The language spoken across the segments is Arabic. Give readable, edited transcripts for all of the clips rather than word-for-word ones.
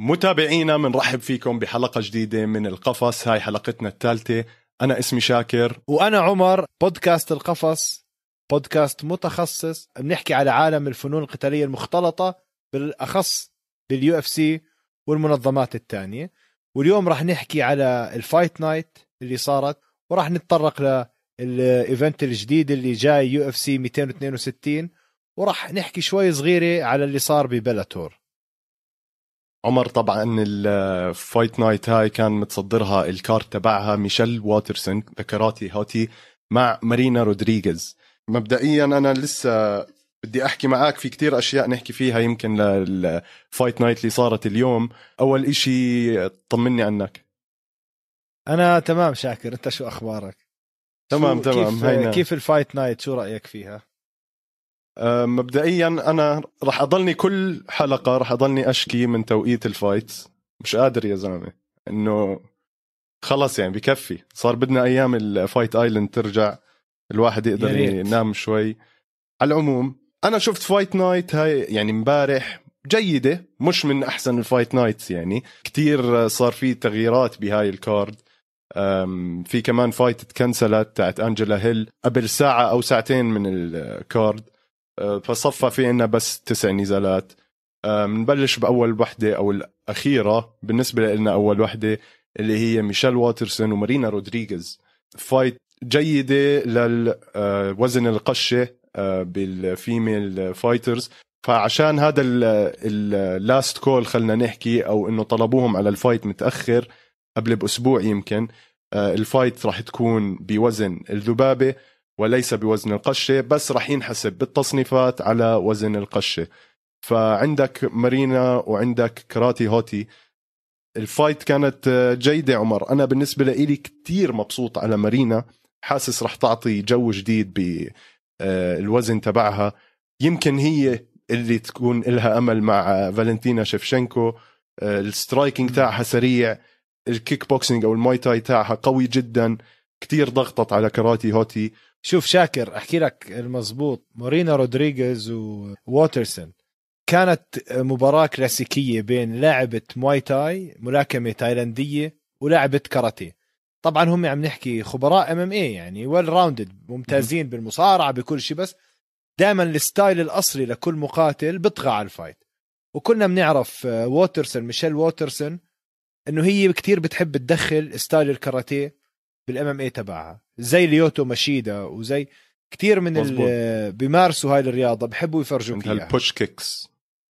متابعينا منرحب فيكم بحلقة جديدة من القفص. هاي حلقتنا الثالثة. أنا اسمي شاكر وأنا عمر. بودكاست القفص بودكاست متخصص بنحكي على عالم الفنون القتالية المختلطة، بالأخص باليو اف سي والمنظمات التانية. واليوم راح نحكي على الفايت نايت اللي صارت، وراح نتطرق للإيفنت الجديد اللي جاي يو اف سي 262، وراح نحكي شوي صغيرة على اللي صار ببلاتور. عمر، طبعا الفايت نايت هاي كان متصدرها الكارت تبعها ميشيل واترسون ذكراتي هوتي مع مارينا رودريغيز. مبدئيا أنا لسه بدي أحكي معاك في كتير أشياء نحكي فيها يمكن للفايت نايت اللي صارت اليوم. أول إشي طمني عنك. أنا تمام شاكر، أنت شو أخبارك؟ تمام. كيف الفايت نايت، شو رأيك فيها؟ مبدئيا أنا رح أضلني كل حلقة رح أضلني أشكي من توقيت الفايت. مش قادر يا زلمة، إنه خلص يعني بكفي. صار بدنا أيام الفايت آيلاند ترجع، الواحد يقدر ينام شوي. على العموم أنا شفت فايت نايت هاي يعني مبارح جيدة، مش من أحسن الفايت نايتس، يعني كتير صار في تغييرات بهاي الكارد. في كمان فايت تكنسلت تاعت أنجلا هيل قبل ساعة أو ساعتين من الكارد، فصفى في عنا بس 9 نزالات. منبلش بأول وحدة أو الأخيرة بالنسبة لنا، أول وحدة اللي هي ميشيل واترسون ومارينا رودريغيز. فايت جيدة للوزن القشة بالفيميل فايترز. فعشان هذا اللاست كول خلنا نحكي، أو إنه طلبوهم على الفايت متأخر قبل بأسبوع يمكن. الفايت راح تكون بوزن الذبابة وليس بوزن القشة، بس راح ينحسب بالتصنيفات على وزن القشة. فعندك مارينا وعندك كراتي هوتي. الفايت كانت جيدة عمر. أنا بالنسبة لي كتير مبسوط على مارينا، حاسس راح تعطي جو جديد بالوزن تبعها. يمكن هي اللي تكون لها أمل مع فالنتينا شيفشنكو. السترايكينج تاعها سريع، الكيك بوكسينج أو الماي تاي تاعها قوي جدا. كتير ضغطت على كراتي هوتي. شوف شاكر، احكي لك المضبوط. مارينا رودريغيز وواترسون كانت مباراة كلاسيكية بين لاعبة مواي تاي، ملاكمة تايلاندية، ولاعبة كاراتيه. طبعا هم عم نحكي خبراء ام اي، يعني ويل راوندد، ممتازين بالمصارعة بكل شيء، بس دائما الستايل الأصلي لكل مقاتل بطغى على الفايت. وكنا بنعرف واترسون، ميشيل واترسون، انه هي كتير بتحب تدخل ستايل الكاراتيه بالام ام اي تبعها، زي ليوتو ماشيدا وزي كتير من اللي بيمارسوا هاي الرياضه بحبوا يفرجوك اياها. البوش كيكس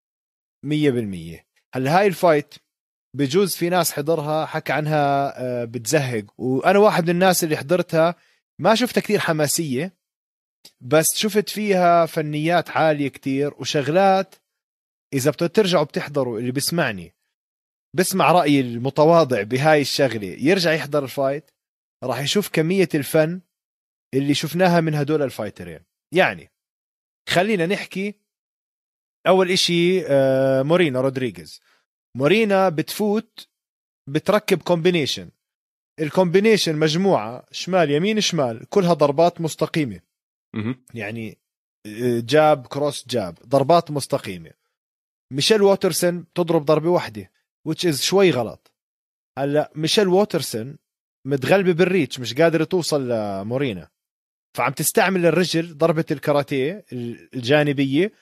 100%. هلا هاي الفايت بجوز في ناس حضرها حكى عنها بتزهق، وانا واحد من الناس اللي حضرتها ما شفتها كتير حماسيه، بس شفت فيها فنيات عاليه كتير وشغلات. اذا بترجعوا بتحضروا، اللي بيسمعني بسمع رأيي المتواضع بهاي الشغلة يرجع يحضر الفايت، راح يشوف كمية الفن اللي شفناها من هدول الفايترين. يعني خلينا نحكي أول إشي مارينا رودريغيز. مارينا بتفوت بتركب كومبينيشن، الكومبينيشن مجموعة شمال يمين شمال، كلها ضربات مستقيمة. يعني جاب كروس جاب، ضربات مستقيمة. ميشيل واترسون تضرب ضربة واحدة which is شوي غلط. هلا ميشيل واترسون متغلبة بالريتش، مش قادر توصل لمورينا، فعم تستعمل الرجل، ضربة الكاراتيه الجانبية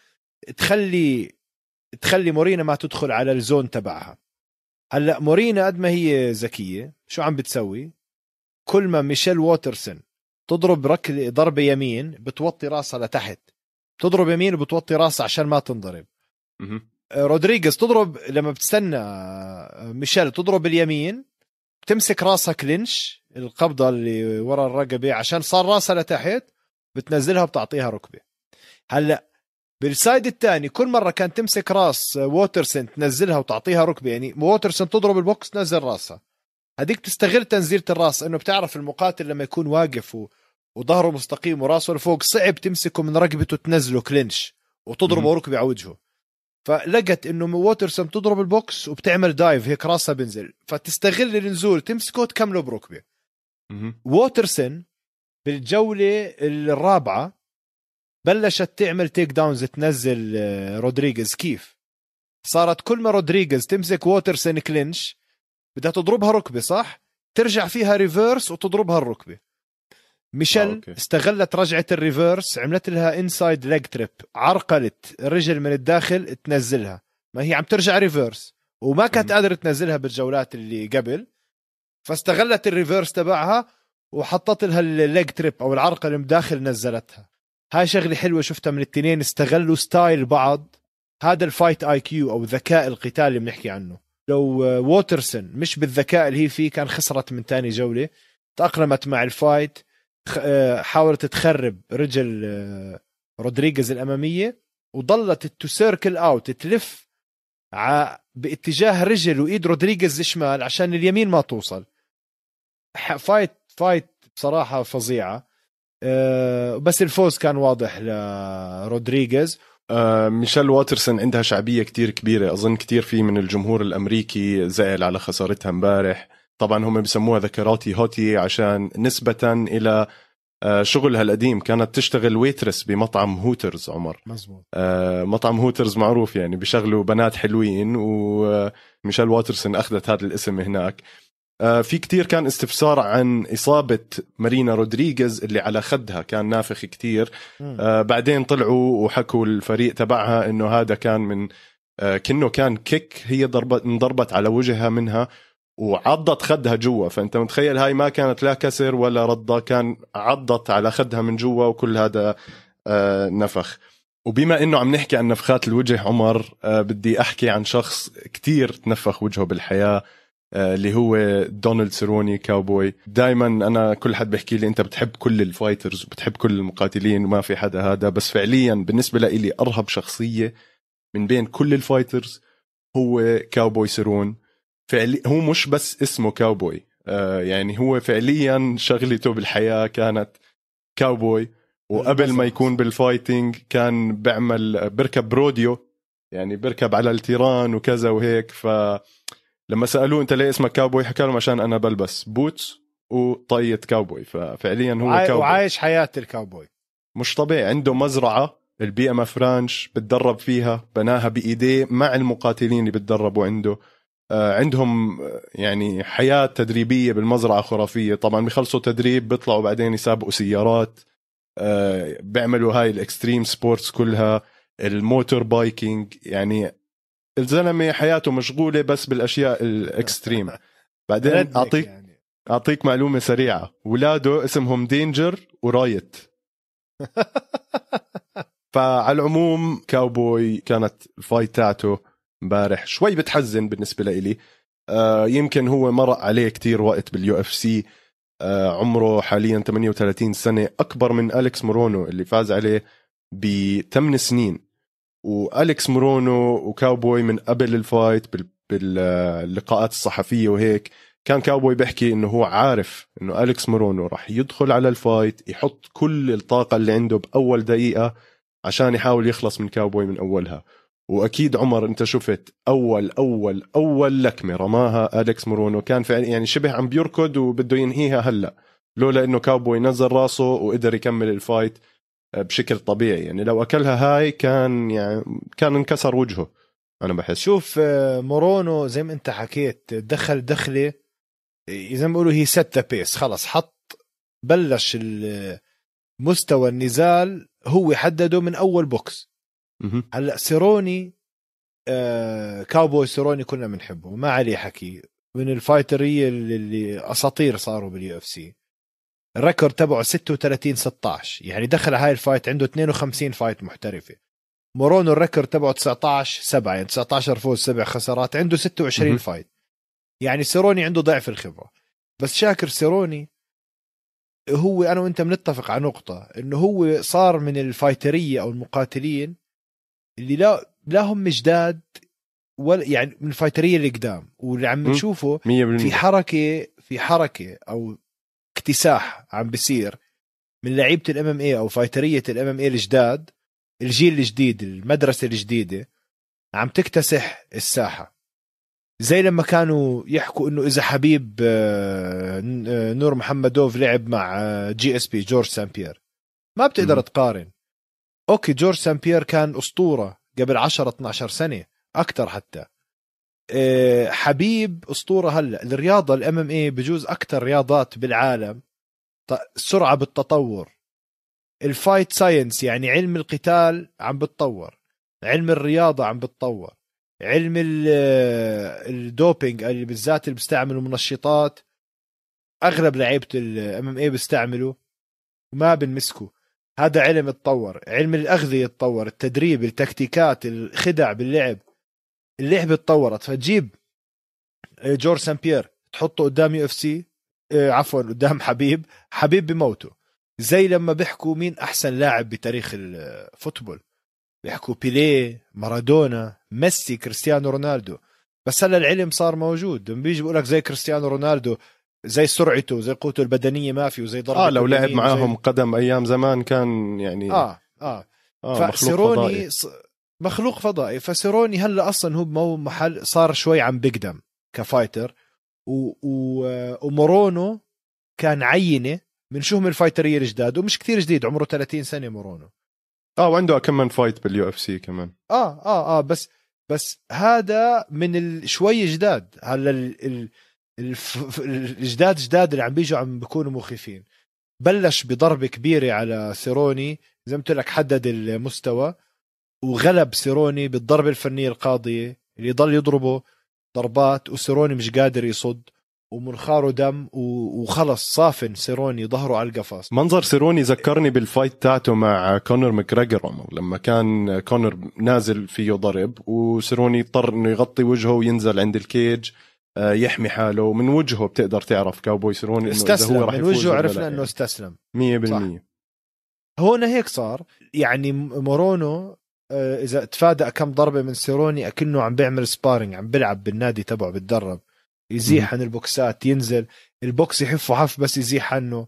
تخلي مورينا ما تدخل على الزون تبعها. هلا مورينا قد ما هي ذكية شو عم بتسوي؟ كل ما ميشيل واترسون تضرب ضربة يمين بتوطي راسها لتحت، تضرب يمين وبتوطي راسها عشان ما تنضرب. رودريغيز تضرب لما بتستنى ميشيل تضرب اليمين، بتمسك راسها كلينش، القبضة اللي ورا الرقبة، عشان صار راسها لتحت بتنزلها وبتعطيها ركبة. هلأ بالسايد الثاني كل مرة كانت تمسك راس واترسون تنزلها وتعطيها ركبة، يعني واترسون تضرب البوكس تنزل راسها. هديك تستغل تنزيلة الراس، انه بتعرف المقاتل لما يكون واقف وظهره مستقيم وراسه لفوق صعب تمسكه من رقبته تنزله كلينش وتضربه ركبة على وجهه. فلقت انه واترسون تضرب البوكس وبتعمل دايف هيك راسها بنزل، فتستغل النزول تمسكه تكمله بركبه. واترسون بالجوله الرابعه بلشت تعمل تيك داونز، تنزل رودريغيز. كيف؟ صارت كل ما رودريغيز تمسك ووترسن كلينش بدها تضربها ركبة صح، ترجع فيها ريفيرس وتضربها الركبة. ميشيل استغلت رجعة الريفيرس، عملت لها انسايد ليج تريب، عرقلت الرجل من الداخل تنزلها، ما هي عم ترجع ريفيرس وما كانت قادرة تنزلها بالجولات اللي قبل، فاستغلت الريفيرس تبعها وحطت لها الليج تريب او العرقله من داخل نزلتها. هاي شغله حلوه شفتها من التنين، استغلوا ستايل بعض. هذا الفايت اي كيو او الذكاء القتالي اللي بنحكي عنه. لو ووترسون مش بالذكاء اللي هي فيه كان خسرت من تاني جوله. تأقلمت مع الفايت، حاولت تخرب رجل رودريغيز الاماميه وضلت تسيركل اوت، تلف باتجاه رجل وايد رودريغيز الشمال عشان اليمين ما توصل. فايت بصراحة فظيعة. بس الفوز كان واضح لرودريغيز. ميشيل واترسون عندها شعبية كتير كبيرة، أظن كتير في من الجمهور الأمريكي زعل على خسارتها مبارح. طبعا هم بيسموها ذكراتي هوتي عشان نسبة إلى شغلها القديم، كانت تشتغل ويترس بمطعم هوترز. عمر مزبوط. مطعم هوترز معروف يعني بيشغلوا بنات حلوين، وميشيل واترسون أخذت هذا الاسم هناك. في كتير كان استفسار عن إصابة مارينا رودريغيز اللي على خدها، كان نافخ كتير. بعدين طلعوا وحكوا الفريق تبعها إنه هذا كان من كأنه كان كيك، هي انضربت على وجهها منها وعضت خدها جوا. فأنت متخيل هاي ما كانت لا كسر ولا رضة، كان عضت على خدها من جوا وكل هذا نفخ. وبما إنه عم نحكي عن نفخات الوجه عمر، بدي أحكي عن شخص كتير تنفخ وجهه بالحياة، اللي هو دونالد سيروني كاوبوي. دايما أنا كل حد بحكي لي أنت بتحب كل الفايترز وبتحب كل المقاتلين وما في حدا هذا، بس فعليا بالنسبة لي أرهب شخصية من بين كل الفايترز هو كاوبوي سيرون. هو مش بس اسمه كاوبوي، يعني هو فعليا شغلته بالحياة كانت كاوبوي. وقبل ما يكون بالفايتنج كان بركب بروديو، يعني بركب على التيران وكذا وهيك. فلما سألوه أنت ليه اسمك كاوبوي، حكى لهم عشان أنا بلبس بوتس وطاية كاوبوي. ففعليا هو كاوبوي وعايش حياة الكاوبوي. مش طبيعي. عنده مزرعة البي ام اف رانش بتدرب فيها، بناها بإيديه مع المقاتلين اللي بتدربوا عنده. عندهم يعني حياة تدريبية بالمزرعة خرافية. طبعا بيخلصوا تدريب بيطلعوا بعدين يسابقوا سيارات، بيعملوا هاي الاكستريم سبورتس كلها، الموتور بايكينج. يعني الزلمة حياته مشغولة بس بالأشياء الاكستريم. بعدين أعطيك معلومة سريعة، ولاده اسمهم دينجر ورايت. فعلى العموم كاوبوي كانت الفايت تاعته مبارح شوي بتحزن بالنسبة لي. يمكن هو مرق عليه كتير وقت باليو اف سي. عمره حاليا 38 سنة، أكبر من أليكس مورونو اللي فاز عليه ب8 سنين. وأليكس مورونو وكاوبوي من قبل الفايت باللقاءات الصحفية وهيك كان كاوبوي بيحكي إنه هو عارف إنه أليكس مورونو راح يدخل على الفايت يحط كل الطاقة اللي عنده بأول دقيقة عشان يحاول يخلص من كاوبوي من أولها. وأكيد عمر أنت شفت أول لكمة رماها أليكس مورونو، كان فعلا يعني شبه عم بيركض وبده ينهيها هلأ، لولا إنه كاوبوي نزل راسه وقدر يكمل الفايت بشكل طبيعي. يعني لو أكلها هاي كان انكسر وجهه. أنا بحس شوف مورونو زي ما أنت حكيت دخل دخلة زي ما بيقولوا هي ست بيس، خلص بلش مستوى النزال هو حدده من أول بوكس. هلأ سيروني كاوبوي سيروني كنا بنحبه ما عليه حكي، من الفايترية اللي أساطير صاروا باليو اف سي. الريكورد تبعه 36-16، يعني دخل هاي الفايت عنده 52 فايت محترفة. مورونو الريكورد تبعه 19-7، يعني 19 فوز 7 خسارات، عنده 26 فايت. يعني سيروني عنده ضعف الخبرة. بس شاكر سيروني هو أنا وإنت بنتفق على نقطة إنه هو صار من الفايترية أو المقاتلين اللي لا هم جداد ولا يعني من الفايترية اللي قدام، واللي عم نشوفه في حركة أو اكتساح عم بيصير من لعيبة الام ام اي او فايترية الام ام اي الجداد، الجيل الجديد، المدرسة الجديدة عم تكتسح الساحة. زي لما كانوا يحكوا انه اذا حبيب نور محمدوف لعب مع جي اس بي جورج سامبير، ما بتقدر تقارن. اوكي جورج سامبير كان اسطورة قبل 10-12 سنة، اكتر حتى. حبيب اسطوره. هلا الرياضه الام ام اي بجوز اكتر رياضات بالعالم السرعه بالتطور، الفايت ساينس يعني علم القتال عم بتطور، علم الرياضه عم بتطور، علم الدوبينج اللي بالذات اللي بيستعملوا منشطات اغلب لعيبه الام ام اي بيستعملوا وما بنمسكوا. هذا علم اتطور، علم الاغذيه اتطور، التدريب، التكتيكات، الخدع باللعب، اللعبه اتطورت. فتجيب جورج سان بيير تحطه قدام يو اف سي، عفوا قدام حبيب بموته. زي لما بيحكوا مين احسن لاعب بتاريخ الفوتبول، بيحكوا بيليه، مارادونا، ميسي، كريستيانو رونالدو. بس هلا العلم صار موجود، بيجي بيقول لك زي كريستيانو رونالدو، زي سرعته، زي قوته البدنيه ما في، وزي ضربته لو لعب معاهم وزي... قدم ايام زمان كان يعني مخلوق فضائي. مخلوق فضائي. فسيروني هلا اصلا هو بمو محل صار شوي عم بقدم كفايتر، ومورونو كان عينه من شو هم الفايتريه الجداد، ومش كتير جديد، عمره 30 سنه مورونو. وعنده كمان فايت باليو اف سي كمان. بس هذا من الشوي جداد. هلا الجداد اللي عم بيجوا عم بيكونوا مخيفين. بلش بضربه كبيره على سيروني، زي ما قلت لك حدد المستوى وغلب سيروني بالضربه الفنيه القاضيه اللي يضل يضربه ضربات وسيروني مش قادر يصد ومنخاره دم وخلص صافن سيروني ظهره على القفص. منظر سيروني ذكرني بالفايت تاعته مع كونر ماكريغور، لما كان كونر نازل فيه ضرب وسيروني اضطر انه يغطي وجهه وينزل عند الكيج يحمي حاله من وجهه. بتقدر تعرف كاوبوي سيروني انه اذا هو راح من وجهه عرفنا انه استسلم 100%. هون هيك صار. يعني مورونو اذا تفادأ كم ضربه من سيروني اكنه عم بيعمل سبارينج، عم بيلعب بالنادي تبعه بتدرب، يزيح عن البوكسات، ينزل البوكس يحفه حف بس يزيح عنه.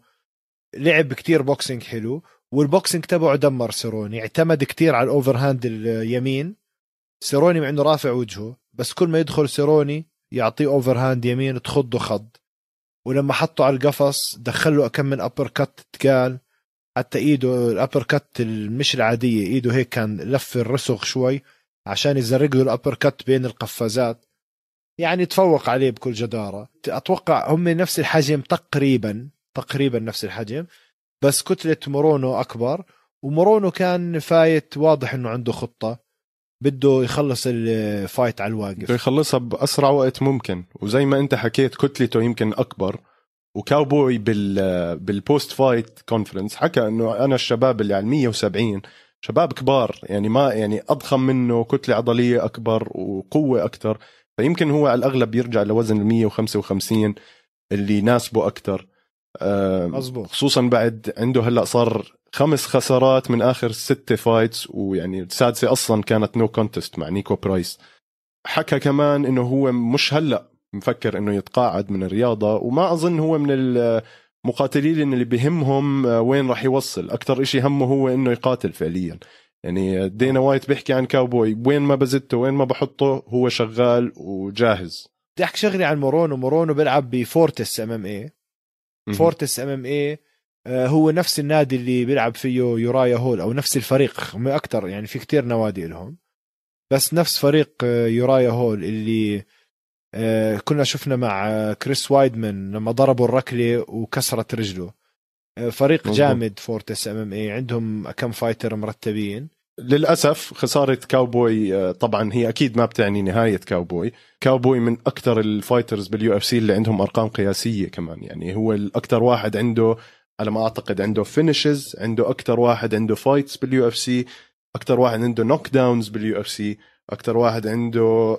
لعب كتير بوكسينج حلو، والبوكسينج تبعه دمر سيروني. اعتمد كتير على الاوفر هاند اليمين. سيروني مع انه رافع وجهه، بس كل ما يدخل سيروني يعطيه اوفر هاند يمين تخضه خض. ولما حطه على القفص دخله كم من ابر كات تقال، حتى ايده الابر كات مش العاديه، ايده هيك كان لف الرسغ شوي عشان يزرق له الابر كات بين القفازات. يعني تفوق عليه بكل جدارة. أتوقع هم نفس الحجم تقريبا نفس الحجم، بس كتلة مورونو أكبر. ومورونو كان فايت واضح أنه عنده خطة، بده يخلص الفايت على الواقف، بده يخلصها بأسرع وقت ممكن. وزي ما أنت حكيت كتلته يمكن أكبر. وكاوبوي بالبوست فايت كونفرنس حكى أنه أنا الشباب اللي على 170 شباب كبار، يعني ما يعني أضخم منه، كتلة عضلية أكبر وقوة أكتر، فيمكن هو على الأغلب يرجع لوزن 155 اللي يناسبه أكتر. مزبوط. خصوصا بعد عنده هلأ صار 5 خسارات من آخر 6 فايتس، ويعني السادسة أصلا كانت نو كونتست مع نيكو برايس. حكى كمان إنه هو مش هلأ مفكر إنه يتقاعد من الرياضة، وما أظن هو من المقاتلين اللي بهمهم وين راح يوصل. أكتر إشي همه هو إنه يقاتل فعليا. يعني دينا وايت بيحكي عن كاوبوي، وين ما بزته وين ما بحطه هو شغال وجاهز. بدي احكي شغلي عن مورونو بيلعب بفورتس ام ام اي. فورتس ام ام اي هو نفس النادي اللي بيلعب فيه يورايا هول، او نفس الفريق، هم اكتر يعني في كتير نوادي لهم، بس نفس فريق يورايا هول اللي كنا شفنا مع كريس وايدمان لما ضربوا الركلة وكسرت رجله. فريق جامد فورتس ام ام اي، عندهم كم فايتر مرتبين. للأسف خسارة كاوبوي طبعا هي أكيد ما بتعني نهاية كاوبوي من أكتر الفايترز باليو اف سي اللي عندهم أرقام قياسية كمان. يعني هو الأكتر واحد عنده، على ما أعتقد عنده فينيشز، عنده أكتر واحد عنده فايتس باليو اف سي، أكتر واحد عنده نوك داونز باليو اف سي، أكتر واحد عنده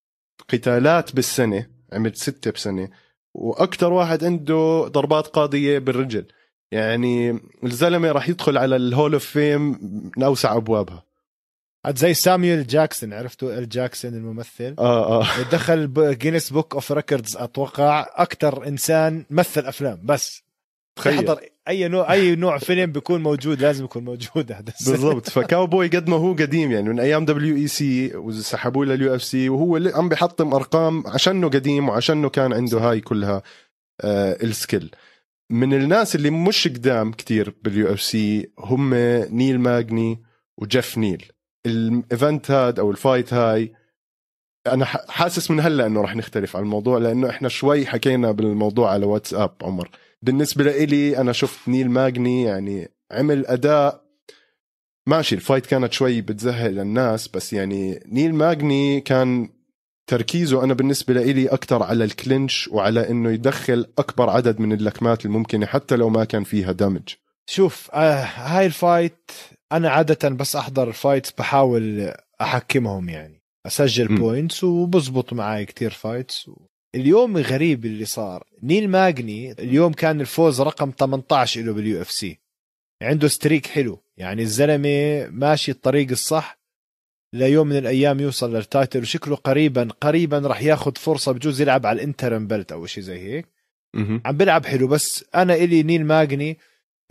قتالات بالسنة عمل 6 بسنة، وأكتر واحد عنده ضربات قاضية بالرجل. يعني الزلمة راح يدخل على الهول اوف فيم من أوسع أبوابها. زي سامويل جاكسون، عرفتوا جاكسون الممثل؟ دخل جينيس بوك اوف ريكوردز، اتوقع اكتر انسان مثل افلام. بس تحضر اي نوع فيلم بيكون موجود لازم يكون موجود هذا بالضبط. فكاوبوي قد ما هو قديم، يعني من ايام WEC وسحبوه لليو اف سي، وهو عم بيحطم ارقام عشانه قديم وعشانه كان عنده هاي كلها السكيل. من الناس اللي مش قدام كتير باليو اف سي هم نيل ماغني وجيف نيل. الايفنت هاد او الفايت هاي انا حاسس من هلا انه رح نختلف عن الموضوع، لانه احنا شوي حكينا بالموضوع على واتساب. عمر، بالنسبه لي انا شفت نيل ماغني يعني عمل اداء ماشي، الفايت كانت شوي بتزهق الناس، بس يعني نيل ماغني كان تركيزه انا بالنسبه لي اكثر على الكلينش وعلى انه يدخل اكبر عدد من اللكمات الممكنه حتى لو ما كان فيها دامج. شوف هاي الفايت انا عاده بس احضر الفايتس بحاول احكمهم، يعني اسجل بوينتس وبزبط معي كتير فايتس. اليوم غريب اللي صار، نيل ماغني اليوم كان الفوز رقم 18 له باليو اف سي، عنده ستريك حلو، يعني الزلمه ماشي الطريق الصح ليوم من الايام يوصل للتايتل، وشكله قريبا راح ياخد فرصه، بجوز يلعب على الانترم بلت او شيء زي هيك. عم بلعب حلو، بس انا الي نيل ماغني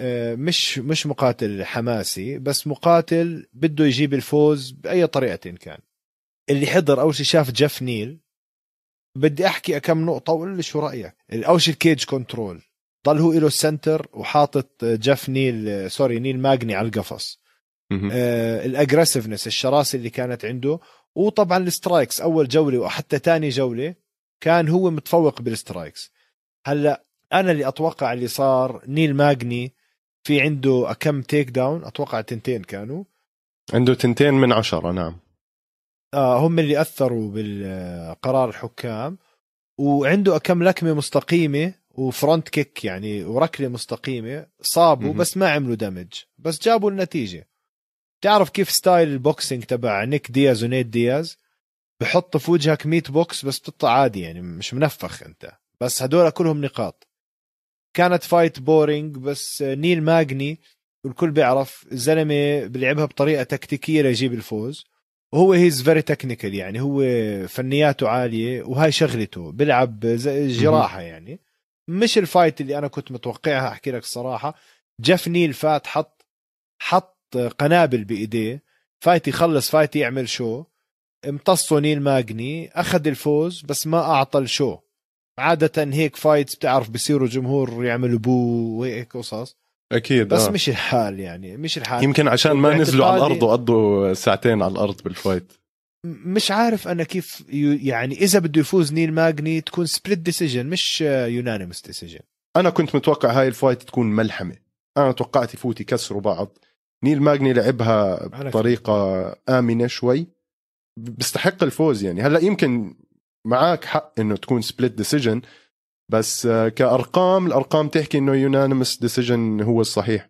مش مقاتل حماسي، بس مقاتل بده يجيب الفوز باي طريقه كان. اللي حضر اول شيء شاف جيف نيل، بدي احكي كم نقطه وقول لي شو رايك. اول شيء الكيج كنترول، ضل هو له السنتر وحاطط جيف نيل نيل ماغني على القفص. الاجريسفنس، الشراسه اللي كانت عنده، وطبعا السترايكس اول جوله وحتى تاني جوله كان هو متفوق بالسترايكس. هلا انا اللي اتوقع اللي صار، نيل ماغني في عنده كم تيك داون، اتوقع 2 كانوا، عنده 2 من 10. نعم. هم اللي اثروا بالقرار الحكام. وعنده كم لكمه مستقيمه وفرونت كيك يعني وركله مستقيمه صابوا بس ما عملوا دمج، بس جابوا النتيجه. تعرف كيف ستايل البوكسينج تبع نيك دياز ونيت دياز؟ بحط في وجهك 100 بوكس بس بتطلع عادي، يعني مش منفخ انت، بس هدول كلهم نقاط. كانت فايت بورينج، بس نيل ماغني والكل بيعرف الزلمه بيلعبها بطريقه تكتيكيه ليجيب الفوز، وهو هيز فيري تكنيكال، يعني هو فنياته عاليه وهاي شغلته، بيلعب جراحه يعني. مش الفايت اللي انا كنت متوقعها، احكي لك الصراحه. جيف نيل فات حط قنابل بايديه، فايت يخلص فايت يعمل شو، امتصوا نيل ماغني اخذ الفوز بس ما اعطى الشو. عادة هيك فايتس بتعرف بيصيروا جمهور يعملوا بو وهيك قصص، اكيد. بس مش الحال، يعني مش الحال. يمكن عشان ما نزلوا على الارض وقضوا ساعتين على الارض بالفايت. مش عارف انا كيف يعني اذا بده يفوز نيل ماغني تكون سبليت ديسيجن مش يونانيمس ديسيجن. انا كنت متوقع هاي الفايت تكون ملحمه، انا توقعت يفوت يكسروا بعض. نيل ماغني لعبها بطريقه امنه شوي، بيستحق الفوز يعني. هلا يمكن معاك حق انه تكون سبليت ديسيجن، بس كأرقام، الأرقام تحكي إنه يونانيمس ديسيجن هو الصحيح.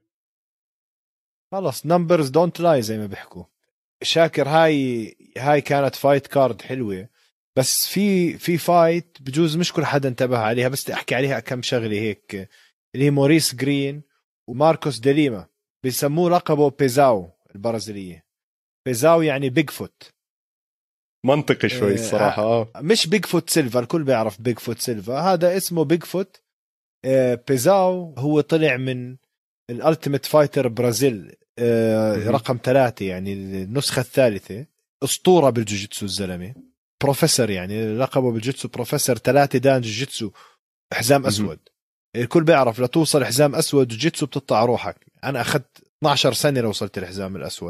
خلص نمبرز دونت لاي زي ما بيحكوا. شاكر هاي كانت فايت كارد حلوة، بس في فايت بجوز مش كل حدا انتبه عليها، بس احكي عليها كم شغلة هيك، اللي هي موريس جرين وماركوس ديليما، بيسموه لقبه بيزاو البرازيلية. بيزاو يعني بيج فوت. منطقي شوي الصراحة. مش بيج فوت سيلفا، الكل بيعرف بيج فوت سيلفا، هذا اسمه بيج فوت. بيزاو هو طلع من الالتيميت فايتر برازيل رقم 3، يعني النسخة الثالثة. أسطورة بالجوجيتسو الزلمة، بروفيسور، يعني لقبه بالجوجيتسو بروفيسور 3 دان جوجيتسو، حزام أسود. الكل بيعرف لتوصل حزام أسود جوجيتسو بتطلع روحك. أنا أخذت 12 سنة لو وصلت الحزام الأسود،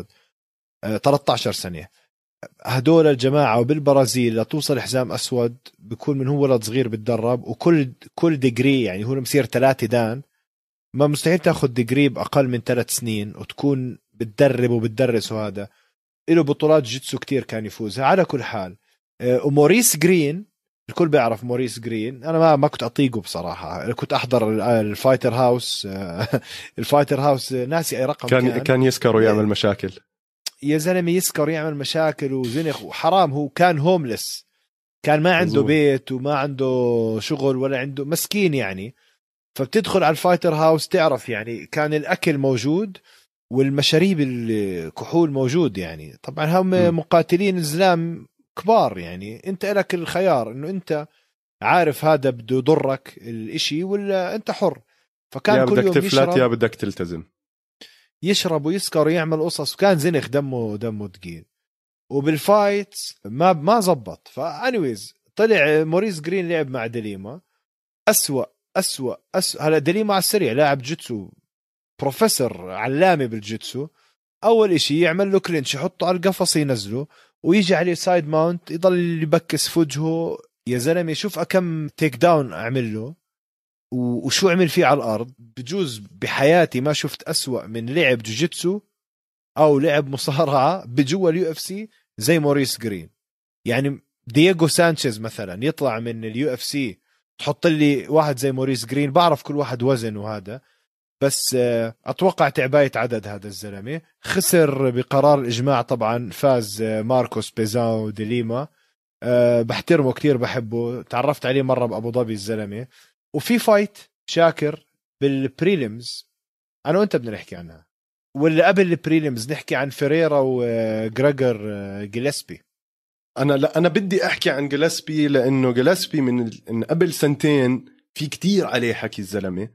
13 سنة. هدول الجماعة وبالبرازيل لتوصل حزام أسود بيكون من هو ولد صغير بتدرب، وكل ديجري يعني هو مسير 3 دان، ما مستحيل تاخذ ديجري بأقل من 3 سنين وتكون بتدرب وبتدرس، وهذا له بطولات جيتسو كتير كان يفوزها. على كل حال وموريس جرين الكل بيعرف موريس جرين، انا ما كنت اطيقه بصراحه، كنت احضر الفايتر هاوس الفايتر هاوس ناسي اي رقم كان يسكر ويعمل مشاكل. يا زلمه يسكر يعمل مشاكل وزنخ وحرام، هو كان هوملس، كان ما عنده بيت وما عنده شغل ولا عنده، مسكين يعني. فبتدخل على الفايتر هاوس تعرف يعني كان الأكل موجود والمشاريب الكحول موجود، يعني طبعا هم مقاتلين زلام كبار، يعني انت لك الخيار انه انت عارف هذا بده يضرك الاشي ولا انت حر. فكان يا كل بدك يوم تفلت يا بدك تلتزم، يشرب ويسكر ويعمل قصص، وكان زنخ دمه تقيل. وبالفايت ما زبط. فانيويز طلع موريس جرين لعب مع دليما، أسوأ. هلا دليما على السريع لاعب جيتسو، بروفيسور علامي بالجيتسو. اول اشي يعمل له كلينش، يحطه على القفص ينزله، ويجي عليه سايد ماونت يضل يبكس في وجهه. يا زلمه شوف كم تيك داون اعمل له وشو عمل فيه على الارض. بجوز بحياتي ما شفت أسوأ من لعب جوجيتسو او لعب مصارعه بجوا اليو اف سي زي موريس جرين. يعني دييغو سانشيز مثلا يطلع من اليو اف سي، تحط لي واحد زي موريس جرين، بعرف كل واحد وزن وهذا، بس اتوقع تعباية عدد هذا الزلمه. خسر بقرار الاجماع طبعا، فاز ماركوس بيزاو دي ليما. بحترمه كتير، بحبه، تعرفت عليه مره بابو ظبي الزلمه. وفي فايت شاكر بالبريليمز انا وانت بدنا نحكي عنها، ولا قبل البريليمز نحكي عن فيريرا وغريغور جيلسبي. انا بدي احكي عن جيلسبي، لانه جيلسبي من قبل سنتين في كتير عليه حكي. الزلمه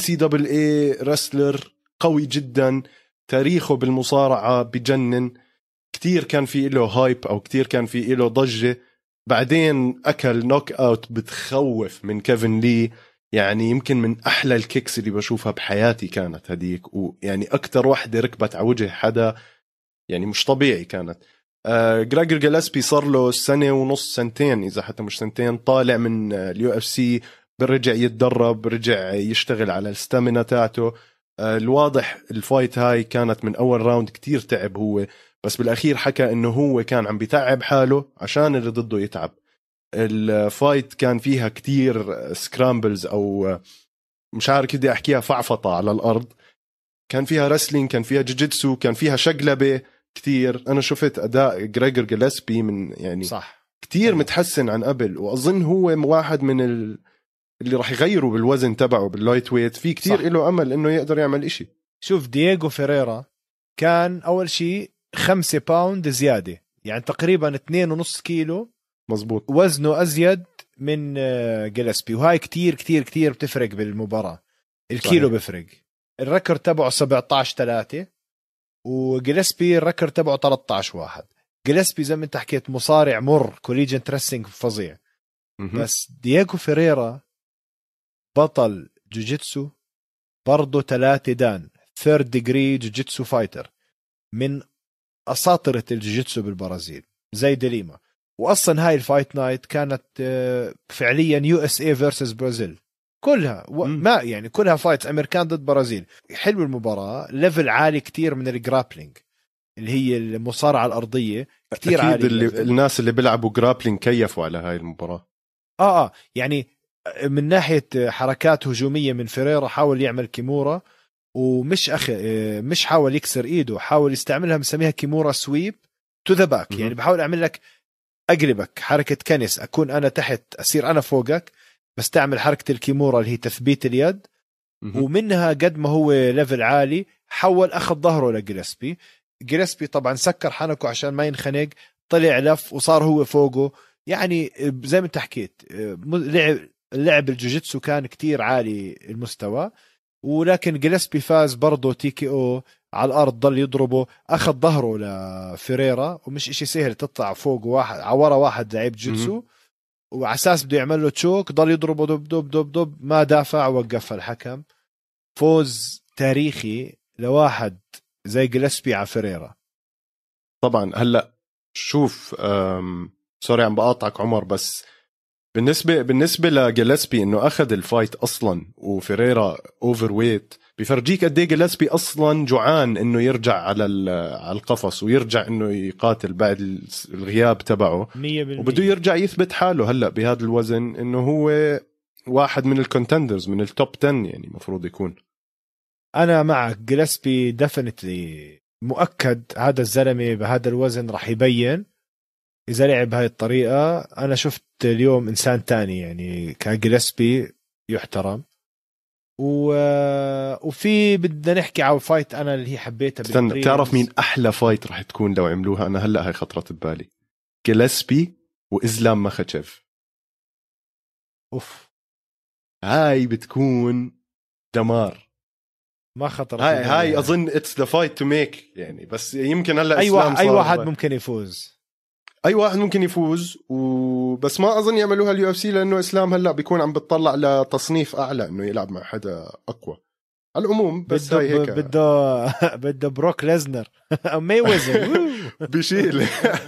NCAA رسلر قوي جدا، تاريخه بالمصارعه بجنن، كتير كان في له هايب او كتير كان في له ضجه. بعدين اكل نوك اوت بتخوف من كيفن لي، يعني يمكن من احلى الكيكس اللي بشوفها بحياتي كانت هديك، ويعني اكتر واحدة ركبت على وجه حدا، يعني مش طبيعي كانت. غريغور جيلسبي صار له سنة ونص، سنتين اذا حتى مش سنتين، طالع من اليو اف سي، برجع يتدرب، برجع يشتغل على الستامينا تاعته. الواضح الفايت هاي كانت من اول راوند كتير تعب هو، بس بالاخير حكى انه هو كان عم بيتعب حاله عشان اللي ضده يتعب. الفايت كان فيها كتير سكرامبلز، او مش عارف كده احكيها، فعفطة على الارض. كان فيها رسلينج، كان فيها جوجيتسو، كان فيها شقلبة كتير. انا شفت اداء غريغور جيلسبي من يعني صح كتير متحسن عن قبل، واظن هو واحد من اللي راح يغيروا بالوزن تبعه باللايت ويت. في كتير له امل انه يقدر يعمل اشي. شوف دييغو فيريرا كان اول شيء 5 باوند زيادة، يعني تقريبا 2.5 كيلو مزبوط، وزنه ازيد من جيلسبي، وهاي كتير كتير كتير بتفرق بالمباراة. الكيلو صحيح. بفرق. الركر تبعه 17-3 وجيلسبي الركر تبعه 13-1. جيلسبي زي ما انت حكيت مصارع مر، كوليجن تريسنج فظيع. بس دييغو فيريرا بطل جوجيتسو برضه 3 دان، ثيرد ديجري جوجيتسو فايتر، من أساطرة الجوجيتسو بالبرازيل زي ديليما. وأصلا هاي الفايت نايت كانت فعليا USA versus برازيل كلها ما يعني كلها فايتس أمريكان ضد برازيل. حلو المباراة، ليفل عالي كتير من الجرابلينج اللي هي المصارعة الأرضية، كتير أكيد عالي. الناس اللي بيلعبوا جرابلينج كيفوا على هاي المباراة. يعني من ناحية حركات هجومية من فيريرا حاول يعمل كيمورا، ومش مش حاول يكسر ايده، حاول يستعملها، مسميها كيمورا سويب تو ذا باك. يعني بحاول اعمل لك اقلبك حركة كنس، اكون انا تحت اصير انا فوقك، بس تعمل حركة الكيمورا اللي هي تثبيت اليد. ومنها قد ما هو ليفل عالي حول اخذ ظهره لجيلسبي. جيلسبي طبعا سكر حنكه عشان ما ينخنق، طلع لف وصار هو فوقه. يعني زي ما انت حكيت لعب الجوجيتسو كان كتير عالي المستوى، ولكن جيلسبي فاز برضه TKO على الارض، ضل يضربه، اخذ ظهره لفيريرا، ومش اشي سهل تطلع فوق واحد عورا واحد لعيب جوجيتسو، وعلى اساس بده يعمل له تشوك ضل يضربه دب دب دب دب، ما دافع، وقفها الحكم. فوز تاريخي لواحد زي جيلسبي على فيريرا. طبعا هلا شوف، سوري عم بقاطعك عمر، بس بالنسبة لجيلسبي انه اخذ الفايت اصلا وفيريرا اوفر ويت، بفرجيك قد ايه جيلسبي اصلا جوعان انه يرجع على القفص ويرجع انه يقاتل بعد الغياب تبعه 100%. وبده يرجع يثبت حاله هلا بهذا الوزن انه هو واحد من الكونتندرز، من التوب 10 يعني مفروض يكون. انا معك، جيلسبي ديفينتلي مؤكد هذا الزلمه بهذا الوزن راح يبين إذا لعب بهاي الطريقة. أنا شفت اليوم إنسان تاني، يعني كان جيلسبي يحترم. وفي بدنا نحكي على فايت أنا اللي هي حبيتها. استنى، تعرف مين أحلى فايت راح تكون لو عملوها؟ أنا هلأ هاي خطرت ببالي، جيلسبي وإسلام مخاتشيف. أوف، هاي بتكون دمار. ما خطر. هاي أظن it's the fight to make يعني. بس يمكن هلأ أي واحد ممكن يفوز، اي واحد ممكن يفوز، وبس ما اظن يعملوها اليو اف سي، لانه اسلام هلا بيكون عم بتطلع لتصنيف اعلى انه يلعب مع حدا اقوى. على العموم بس هاي هيك بده بروك ليزنر او ماي ويزر بيشيل.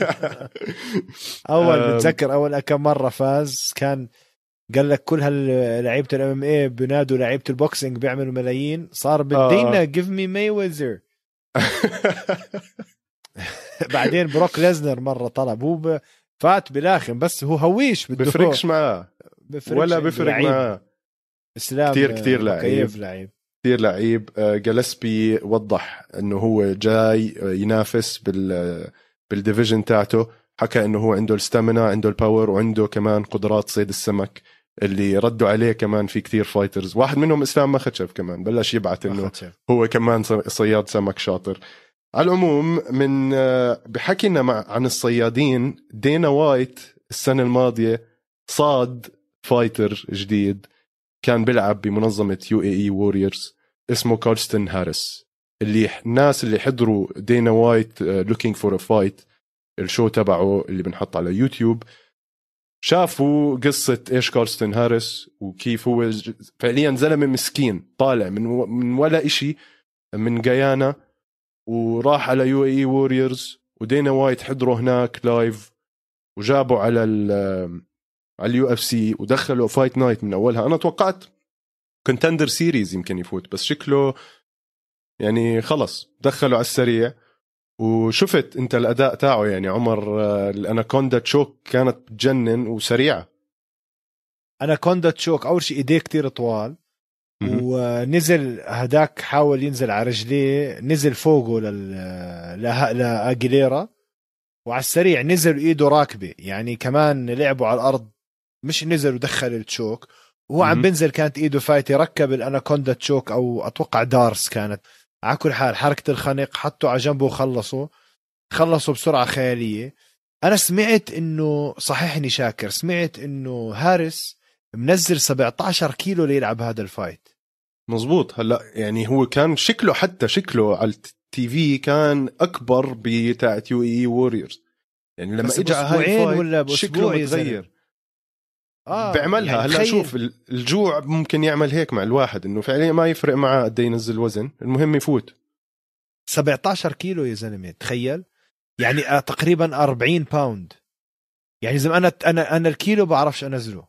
اول بتذكر اول كم مره فاز كان قال لك كل هاللعيبه الام ام اي بينادوا لعيبه البوكسينج بيعملوا ملايين، صار بدينا جيف مي ماي ويزر. بعدين بروك ليزنر مره طلب، هو فات بالاخر بس هو هويش بده بفرقش معاه ولا بفرق معاه. اسلام كتير لعيب كتير لعيب. جلسبي وضح انه هو جاي ينافس بالديفيجن تاعته، حكى انه هو عنده الستامينا، عنده الباور، وعنده كمان قدرات صيد السمك اللي ردوا عليه. كمان في كتير فايترز، واحد منهم اسلام مخشف كمان بلش يبعث انه هو كمان صياد سمك شاطر. على العموم من بحكينا عن الصيادين، دينا وايت السنة الماضية صاد فايتر جديد كان بيلعب بمنظمة UAE Warriors اسمه كارلستون هاريس. اللي الناس اللي حضروا دينا وايت looking for a fight الشو تبعه اللي بنحط على يوتيوب شافوا قصة إيش كارلستون هاريس وكيف هو فعليا زلمة مسكين طالع من ولا إشي من غيانا وراح على UAE Warriors، ودينا وايت حضروا هناك لايف وجابوا على اليو اف سي ودخلوا فايت نايت من أولها. أنا توقعت كونتندر سيريز يمكن يفوت، بس شكله يعني خلص دخلوا على السريع. وشفت انت الاداء تاعه يعني عمر، الاناكوندا تشوك كانت تجنن وسريعه. اناكوندا تشوك اول شيء ايديه كتير طوال، ونزل هداك حاول ينزل على رجليه، نزل فوقه لاجيليرا، وعلى السريع نزل ايده راكبه، يعني كمان لعبوا على الارض مش نزل ودخل التشوك وهو عم بنزل. كانت ايده فايته ركب الاناكوندا تشوك او اتوقع دارس كانت. على كل حال حركة الخنق حطوا على جنبه وخلصوا بسرعة خيالية. أنا سمعت إنه صحيحني شاكر، سمعت إنه هاريس منزل 17 كيلو ليلعب هذا الفايت. مزبوط. هلا يعني هو كان حتى شكله على التي في كان أكبر بتاعة UAE Warriors، يعني لما إجا هاي ولا شكله متغير. بيعملها يعني هلا شوف الجوع ممكن يعمل هيك مع الواحد، انه فعليا ما يفرق معه قد ينزل وزن، المهم يفوت. 17 كيلو يا زلمه، تخيل يعني تقريبا 40 باوند. يعني زي انا الكيلو بعرفش انزله.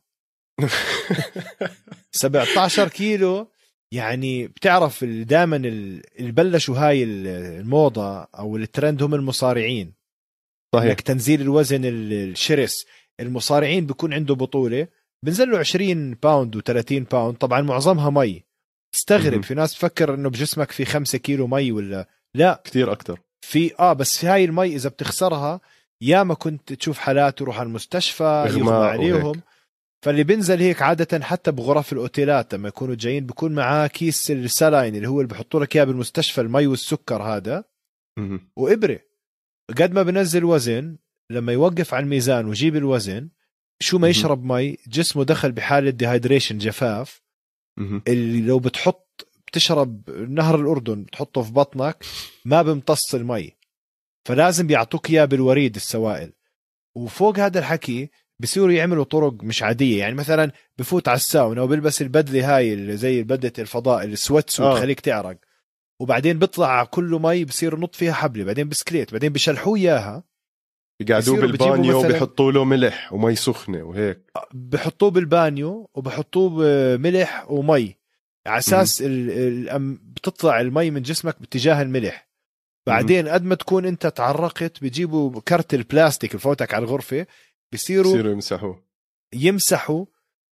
17 كيلو يعني بتعرف دائما اللي بلشوا هاي الموضه او الترند هم المصارعين. صحيح. انك تنزيل الوزن الشرس، المصارعين بيكون عنده بطولة بنزل له 20 باوند و30 باوند، طبعا معظمها مي. استغرب في ناس تفكر انه بجسمك في 5 كيلو مي، ولا لا كتير اكتر في بس في هاي المي اذا بتخسرها ياما كنت تشوف حالات يروح على المستشفى يغمى عليهم وهيك. فاللي بنزل هيك عادة حتى بغرف الاوتيلات لما يكونوا جايين بيكون معاه كيس السلاين اللي هو اللي بحطوا لك اياه بالمستشفى، المي والسكر هذا وإبرة. قد ما بنزل وزن لما يوقف على الميزان ويجيب الوزن شو ما يشرب مي جسمه دخل بحالة ديهايدريشن، جفاف. اللي لو بتشرب نهر الأردن بتحطه في بطنك ما بمتص المي، فلازم بيعطوك إياه بالوريد السوائل. وفوق هذا الحكي بصيروا يعملوا طرق مش عادية، يعني مثلا بفوت على الساونا وبلبس البدلة هاي زي بدلة الفضاء السويت سوت تخليك تعرق، وبعدين بيطلع كله مي بصير نط فيها حبلة، بعدين بسكليت، بعدين بيشلحوه إياها بيقعدوه بالبانيو وبيحطوا له ملح ومي سخنة وهيك. بحطوه بالبانيو وبحطوه بملح ومي على أساس بتطلع المي من جسمك باتجاه الملح. بعدين قد ما تكون انت تعرقت بيجيبوا كرت البلاستيك الفوتك على الغرفة، بيصيروا يمسحوا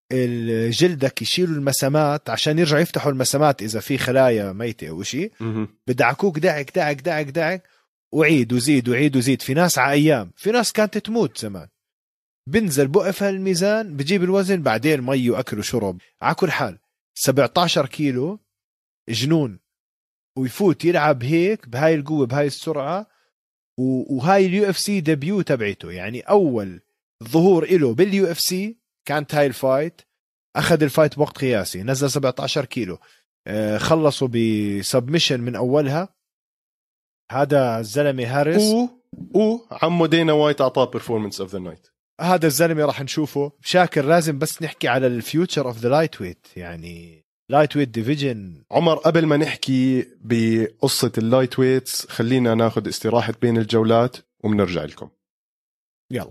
جلدك، يشيلوا المسامات عشان يرجعوا يفتحوا المسامات إذا في خلايا ميتة أو شيء. بدعكوك دعك دعك دعك دعك وعيد وزيد وعيد وزيد. في ناس على أيام، في ناس كانت تموت زمان. بنزل بوقف هالميزان بجيب الوزن، بعدين مي وأكل وشرب. على كل حال 17 كيلو جنون، ويفوت يلعب هيك بهاي القوة بهاي السرعة. وهاي اليو اف سي ديبيو تبعته، يعني أول ظهور إله باليو اف سي كانت هاي الفايت. أخذ الفايت بوقت قياسي، نزل 17 كيلو، خلصوا بسبمشن من أولها. هذا الزلمة هاريس عمو دينا وايت أعطاه performance of the night. هذا الزلمة راح نشوفه. شاكر لازم بس نحكي على الفيوتشر of the lightweight، يعني لايت ويت ديفيجن. عمر قبل ما نحكي بقصة اللايت ويتس خلينا ناخد استراحة بين الجولات وبنرجع لكم. يلا.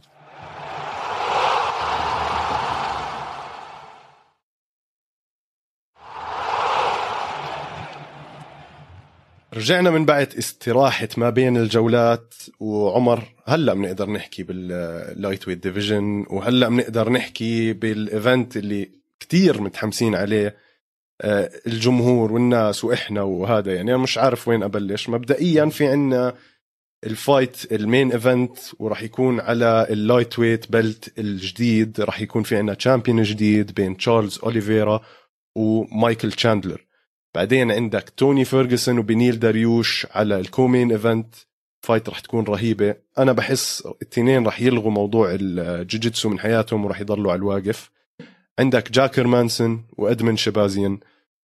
رجعنا من بعد استراحة ما بين الجولات، وعمر هلأ بنقدر نحكي باللايت ويت ديفيجن، وهلأ بنقدر نحكي بالإيفنت اللي كتير متحمسين عليه الجمهور والناس وإحنا، وهذا يعني أنا مش عارف وين أبلش. مبدئيا في عنا الفايت المين إيفنت، ورح يكون على اللايت ويت بلت الجديد، رح يكون في عنا تشامبيون جديد بين تشارلز أوليفيرا ومايكل تشاندلر. بعدين عندك توني فيرغسون وبنيل داريوش على الكومين إيفنت، فايت رح تكون رهيبة. أنا بحس التنين رح يلغوا موضوع الجوجيتسو من حياتهم ورح يضلوا على الواقف. عندك جاكر مانسون وأدمن شبازين،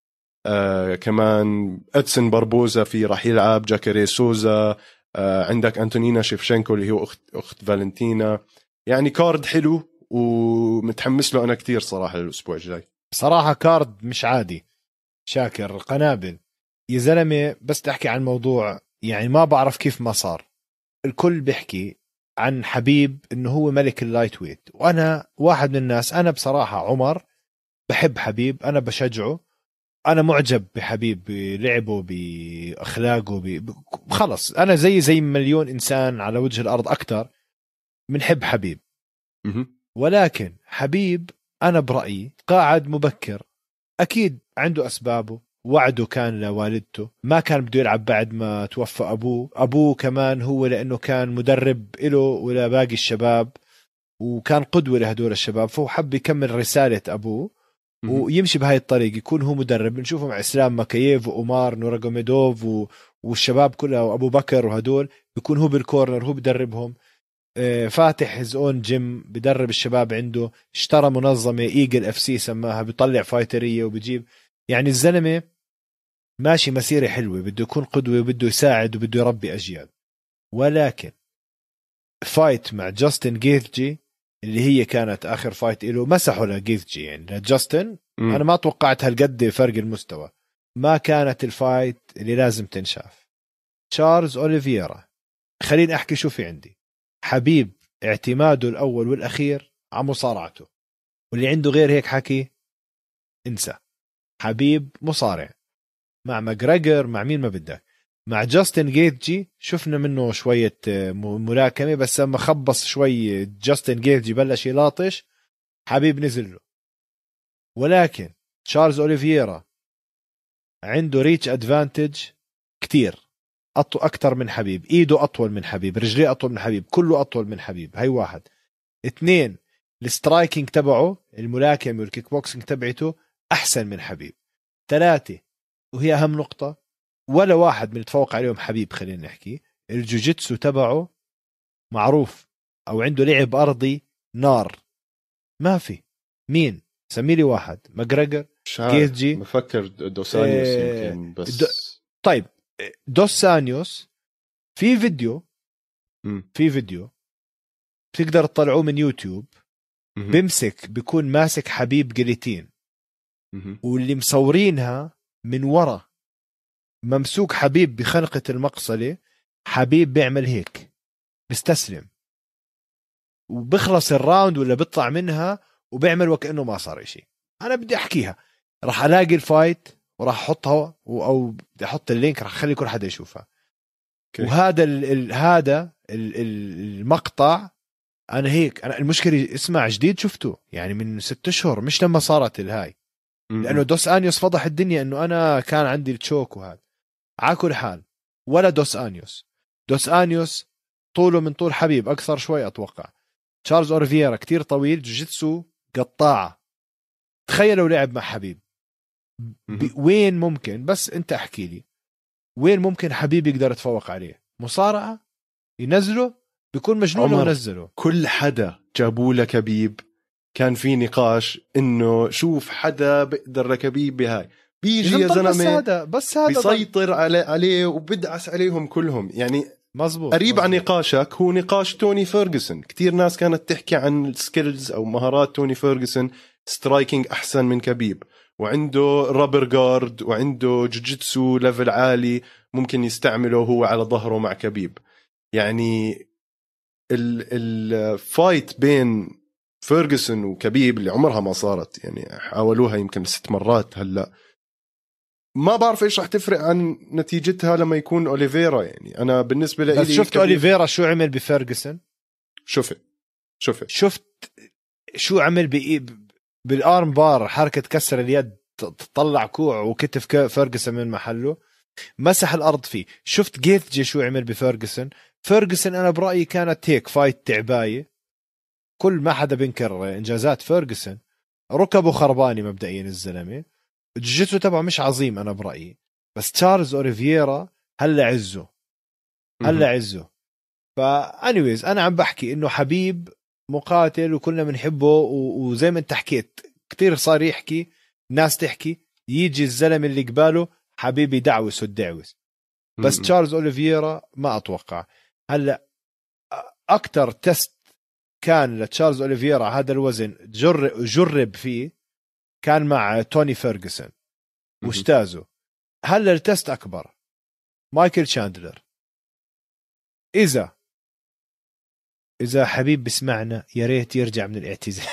كمان أدسن باربوزا في رح يلعب، جاكري سوزا، عندك أنتونينا شيفشنكو اللي هو أخت فالنتينا. يعني كارد حلو ومتحمس له أنا كتير صراحة للأسبوع الجاي. صراحة كارد مش عادي، شاكر قنابل يا زلمة. بس تحكي عن موضوع يعني ما بعرف كيف ما صار. الكل بيحكي عن حبيب انه هو ملك اللايت ويت، وانا واحد من الناس. انا بصراحة عمر بحب حبيب، انا بشجعه، انا معجب بحبيب، بلعبه، باخلاقه، خلص انا زي مليون انسان على وجه الارض اكتر بنحب حبيب. ولكن حبيب انا برأيي قاعد مبكر، اكيد عنده اسبابه. وعده كان لوالدته، ما كان بده يلعب بعد ما توفى أبوه كمان هو لأنه كان مدرب له ولا باقي الشباب، وكان قدوة لهدول الشباب، فهو حب يكمل رسالة أبوه ويمشي بهاي الطريق، يكون هو مدرب. بنشوفه مع إسلام مكاييف وأمار نورغوميدوف والشباب كلها وأبو بكر وهدول، بيكون هو بالكورنر، هو بدربهم. فاتح هيز اون جيم، بدرب الشباب عنده. اشترى منظمة ايجل اف سي سماها، بيطلع فايترية وبيجيب. يعني الزلمة ماشي مسيرة حلوة، بده يكون قدوة وبده يساعد وبده يربي أجيال. ولكن فايت مع جاستن جيثجي اللي هي كانت آخر فايت له، مسحوا لجيثجي يعني لجاستن. أنا ما توقعت هالقد فرق المستوى، ما كانت الفايت اللي لازم تنشاف. تشارلز أوليفيرا، خليني أحكي شو في عندي. حبيب اعتماده الأول والأخير على مصارعته، واللي عنده غير هيك حكي انسى. حبيب مصارع مع ماجريجر، مع مين ما بدك. مع جاستن جيثجي شفنا منه شوية ملاكمة، بس لما خبص شوي جاستن جيثجي بلش يلاطش، حبيب نزل له. ولكن تشارلز أوليفيرا عنده ريتش أدفانتج كتير، أكتر من حبيب. إيده أطول من حبيب، رجليه أطول من حبيب، كله أطول من حبيب. هاي واحد. 2، السترايكينج تبعه، الملاكمة والكيك بوكسينج تبعته أحسن من حبيب. 3، وهي أهم نقطة، ولا واحد بنتفوق عليهم حبيب، خلينا نحكي الجوجيتسو تبعه معروف، أو عنده لعب أرضي نار. ما في مين سميلي واحد. ماجريجر، جيثجي، بفكر دوسانيوس يمكن بس. طيب دوسانيوس في فيديو تقدر تطلعوه من يوتيوب، بمسك بيكون ماسك حبيب جليتين، واللي مصورينها من ورا ممسوك حبيب بخنقة المقصلة. حبيب بيعمل هيك، بيستسلم وبخلص الراوند ولا بيطلع منها وبيعمل وكأنه ما صار إشي. أنا بدي أحكيها، راح ألاقي الفايت وراح أحطها أو بدي أحط اللينك، راح أخلي كل حدا يشوفها. وهذا هذا المقطع أنا هيك، أنا المشكلة اسمع جديد شفته يعني من 6 أشهر، مش لما صارت الهاي، لأنه دوس آنيوس فضح الدنيا إنه أنا كان عندي التشوك وهذا. عاكل حال ولا دوس آنيوس طوله من طول حبيب، أكثر شوي أتوقع. تشارلز أوليفيرا كتير طويل، جوجيتسو قطاعة. تخيل لو لعب مع حبيب وين ممكن، بس أنت أحكي لي وين ممكن حبيب يقدر يتفوق عليه؟ مصارعة ينزله بيكون مجنون لو نزله. كل حدا جابوا له كبيب كان في نقاش إنه شوف حدا بقدر لكبيب بهاي، بيجي يا زلمة بس هذا بيسيطر عليه وبدعس عليهم كلهم. يعني مزبوط. قريب عن نقاشك هو نقاش توني فيرغسون. كتير ناس كانت تحكي عن السكيلز أو مهارات توني فيرغسون، سترايكينج أحسن من كبيب، وعنده رابر جارد وعنده جوجيتسو ليفل عالي ممكن يستعمله هو على ظهره مع كبيب. يعني الفايت بين فيرغسون وكبيب اللي عمرها ما صارت، يعني حاولوها يمكن 6 مرات هلأ، ما بعرف إيش رح تفرق عن نتيجتها لما يكون أوليفيرا. يعني أنا بالنسبة لي بس شفت أوليفيرا شو عمل بفيرغسون؟ شفت شو عمل بالارم بار، حركة كسر اليد، تطلع كوع وكتف فيرغسون من محله، مسح الأرض فيه. شفت جيثجي شو عمل بفيرغسون؟ فيرغسون أنا برأيي كانت هيك فايت تعباية، كل ما حدا بينكر إنجازات فيرغسون، ركبه خرباني مبدئيا الزلمة، الجيتسو تبعه مش عظيم أنا برأيي، بس تشارلز أوليفيرا هلا عزه. فانيويز أنا عم بحكي إنه حبيب مقاتل وكلنا بنحبه، وزي ما انت حكيت كتير صار يحكي، ناس تحكي، يجي الزلم اللي قباله حبيبي دعوس والدعوس، بس تشارلز أوليفيرا ما أتوقع. هلا أكتر تست كان لتشارلز أوليفيرا هذا الوزن جرب فيه كان مع توني فيرغسون واجتازه. هلا التست أكبر مايكل شاندلر. إذا حبيب بسمعنا يا ريت يرجع من الاعتزال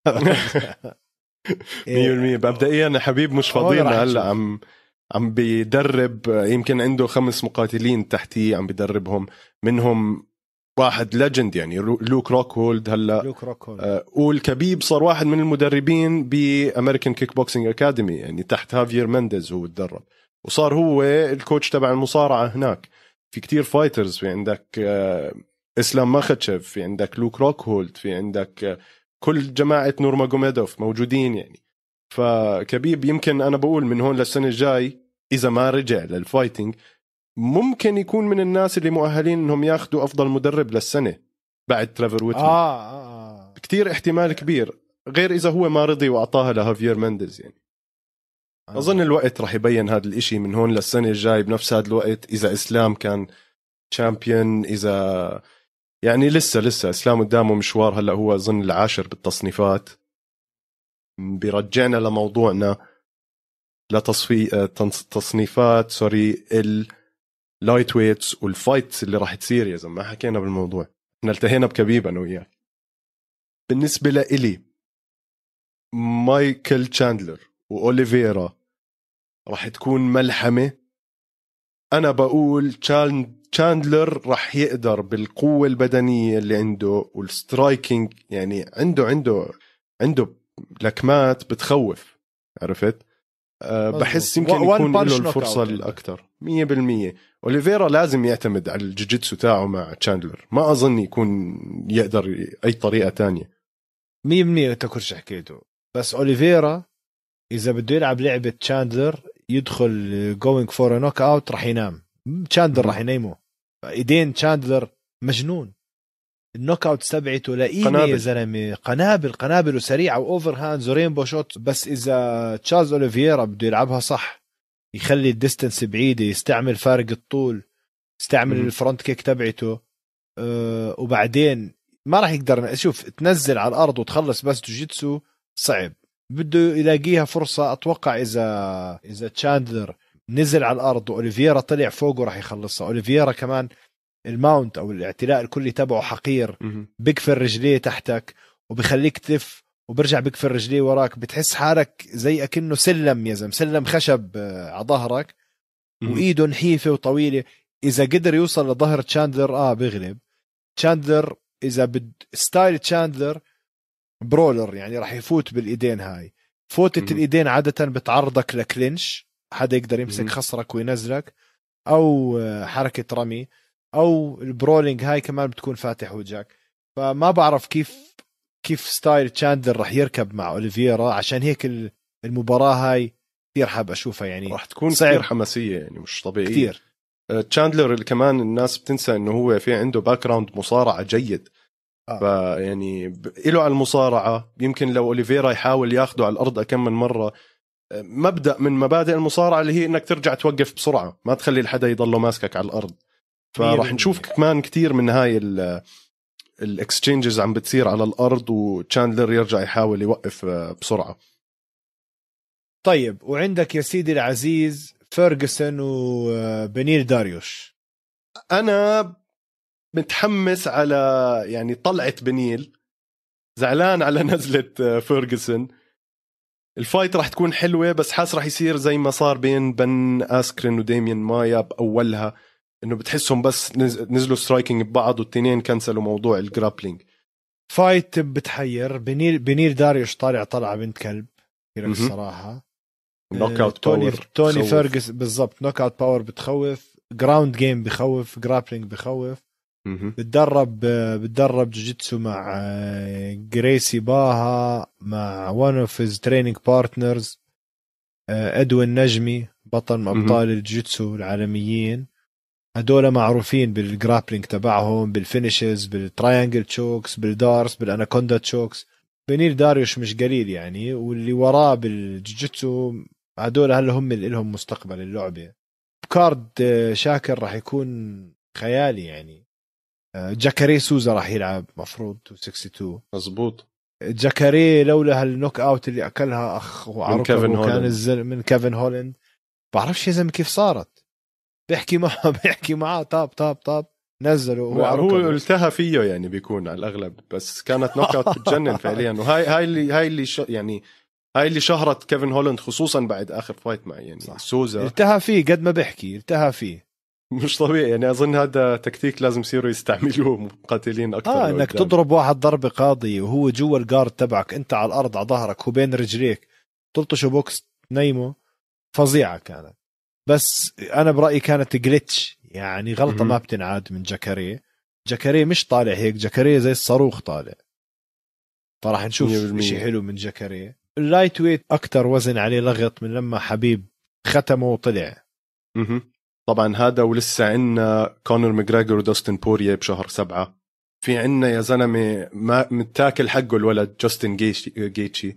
100%. مبدئيا حبيب مش فاضينا هلا، عم بيدرب، يمكن عنده 5 مقاتلين تحتيه عم بيدربهم، منهم واحد ليجند يعني لوك روكهولد هلا. والكبيب صار واحد من المدربين بأمريكان كيك بوكسينج أكاديمي، يعني تحت هافير مندز هو تدرب، وصار هو الكوتش تبع المصارعة هناك. في كتير فايترز، في عندك إسلام ماخاتشيف، في عندك لوك روكهولد، في عندك كل جماعة نورماجوميدوف موجودين يعني. فكبيب يمكن أنا بقول من هون للسنة الجاي إذا ما رجع للفايتنج ممكن يكون من الناس اللي مؤهلين إنهم ياخدوا أفضل مدرب للسنة بعد ترافر ويتمن. كتير احتمال كبير، غير إذا هو ما رضي وأعطاها لهافير مندز يعني. أظن الوقت رح يبين هذا الاشي من هون للسنة الجاي بنفس هذا الوقت، إذا إسلام كان تشامبيون، إذا يعني لسه إسلام قدامه مشوار. هلأ هو أظن 10 بالتصنيفات. بيرجعنا لموضوعنا تصنيفات اللايت ويتس والفايتس اللي راح تصير. يا زلمة ما حكينا بالموضوع، احنا التهينا بكبيب أنا وياك. بالنسبة لإلي مايكل تشاندلر وأوليفيرا راح تكون ملحمة. أنا بقول تشاندلر راح يقدر بالقوة البدنية اللي عنده والسترايكينج، يعني عنده لكمات بتخوف، عرفت؟ بحس يمكن يكون له الفرصة الأكثر 100%. أوليفيرا لازم يعتمد على الجوجيتسو تاعه مع تشاندلر، ما أظن يكون يقدر أي طريقة تانية. 100% تكرش حكيته، بس أوليفيرا إذا بده يلعب لعبة تشاندلر يدخل going for a knockout راح ينام تشاندلر، راح ينيمه. إيدين تشاندلر مجنون، النوك اوت تبعته لقيمه يا زلمه، قنابل وسريعه واوفر هاندز ورينبو شوت. بس اذا تشارلز أوليفيرا بده يلعبها صح، يخلي الديستنس بعيده، يستعمل فارق الطول، يستعمل الفرونت كيك تبعته، وبعدين ما راح يقدر شوف تنزل على الارض وتخلص بس جوجيتسو صعب، بده يلاقيها فرصه. اتوقع اذا تشاندلر نزل على الارض واوليفيرا طلع فوقه راح يخلصها. أوليفيرا كمان الماونت او الاعتلاء الكلي تبعه حقير، بكفر رجليه تحتك وبخليك تلف وبرجع بكفر رجليه وراك، بتحس حالك زي اكنه سلم يا زلمه، سلم خشب على ظهرك، وايده نحيفه وطويله. اذا قدر يوصل لظهر تشاندلر بيغلب. تشاندلر اذا ستايل تشاندلر برولر، يعني راح يفوت بالايدين هاي. فوتة الايدين عاده بتعرضك لكلينش، حدا يقدر يمسك خصرك وينزلك، او حركه رمي، او البرولينج هاي كمان بتكون فاتح وجهك. فما بعرف كيف ستايل تشاندلر رح يركب مع أوليفيرا، عشان هيك المباراة هاي كثير حاب اشوفها، يعني رح تكون كثير حماسية، يعني مش طبيعية كثير. تشاندلر كمان الناس بتنسى انه هو في عنده باك جراوند مصارعة جيد، فيعني له على المصارعة. يمكن لو أوليفيرا يحاول ياخده على الأرض كم من مرة، مبدأ من مبادئ المصارعة اللي هي انك ترجع توقف بسرعة، ما تخلي الحدا يضله ماسكك على الأرض. فراح نشوف كمان كتير من هاي الاكسشينجز عم بتصير على الأرض، وتشاندلر يرجع يحاول يوقف بسرعة. طيب وعندك يا سيدي العزيز فيرغسون وبنيل داريوش. انا متحمس على يعني طلعة بنيل، زعلان على نزلة فيرغسون. الفايت راح تكون حلوة بس حاس راح يصير زي ما صار بين بن آسكرين وديميان مايا بأولها، انه بتحسهم بس نزلوا سترايكينج ببعض والتنين كنسلوا موضوع الجرابلينج. فايت بتحير. بنيل داريوش طالعة بنت كلب في لك الصراحة. نوك اوت باور توني فيرغس بالضبط، نوك اوت باور بتخوف، جراوند جيم بخوف، جرابلينج بخوف. بتدرب جوجيتسو مع جريسي باها، مع وان اوف هيز تريننج بارتنرز ادوين نجمي، بطل من ابطال الجوجيتسو العالميين. هدول معروفين بالجرابلينج تبعهم، بالفينيشز، بالتراينجل تشوكس، بالدارس، بالاناكوندا تشوكس. بنيل داريوش مش قليل يعني، واللي وراه بالجوجيتسو هدول هلا هم اللي لهم مستقبل اللعبة. كارد شاكر راح يكون خيالي يعني. جاكاري سوزا راح يلعب مفروض 262 مزبوط. جاكاري لولا هالنوك اوت اللي اكلها اخ من كيفن هولند، من كيفن هولند، بعرفش يا زلمه كيف صارت. بيحكي معه طاب نزله هو التهى فيه يعني بيكون على الاغلب، بس كانت نوك اوت بتجنن فعليا. وهاي اللي يعني هاي اللي شهرت كيفن هولند خصوصا بعد اخر فايت مع يعني صح. سوزا التهى فيه قد ما بيحكي التهى فيه مش طبيعي يعني. اظن هذا تكتيك لازم يصيروا يستعملوه مقاتلين اكثر. انك تضرب واحد ضربه قاضيه وهو جوا الجارد تبعك، انت على الارض على ظهرك وبين رجليك، تلطشه بوكس نيمه، فظيعه كانت. بس انا برايي كانت جليتش يعني، غلطه ما بتنعاد من جاكاري مش طالع هيك، جاكاري زي الصاروخ طالع. فراح نشوف شيء حلو من جاكاري. اللايت ويت اكثر وزن عليه لغط من لما حبيب ختمه وطلع. طبعا هذا ولسه عنا كونر ماجريجور وداستن بوريه بشهر 7. في عنا يا زلمه ما متاكل حقه الولد جاستن جيتشي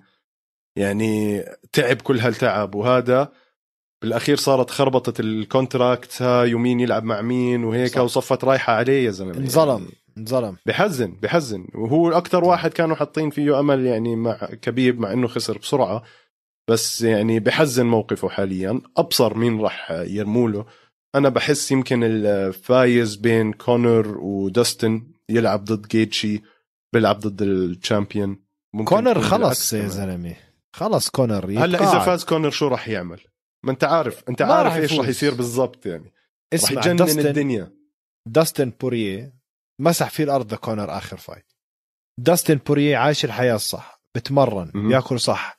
يعني، تعب كل هالتعب، وهذا بالاخير صارت خربطه الكونتراكت، يومين يلعب مع مين وهيك، وصفت رايحه عليه يا زلمه. انظلم بحزن. وهو اكثر واحد كانوا حاطين فيه امل يعني مع كبيب، مع انه خسر بسرعه، بس يعني بحزن موقفه حاليا. ابصر مين راح يرموله. انا بحس يمكن الفايز بين كونر وداستن يلعب ضد جيتشي، بيلعب ضد الشامبيون. كونر خلص يا زلمه، خلص كونر هلا اذا فاز كونر شو راح يعمل؟ ما انت عارف ايش راح يصير بالضبط يعني. راح يجنن الدنيا. داستن بوريه مسح فيه الارض كونر اخر فايت. داستن بوريه عايش الحياه الصح، بتمرن، بياكل صح،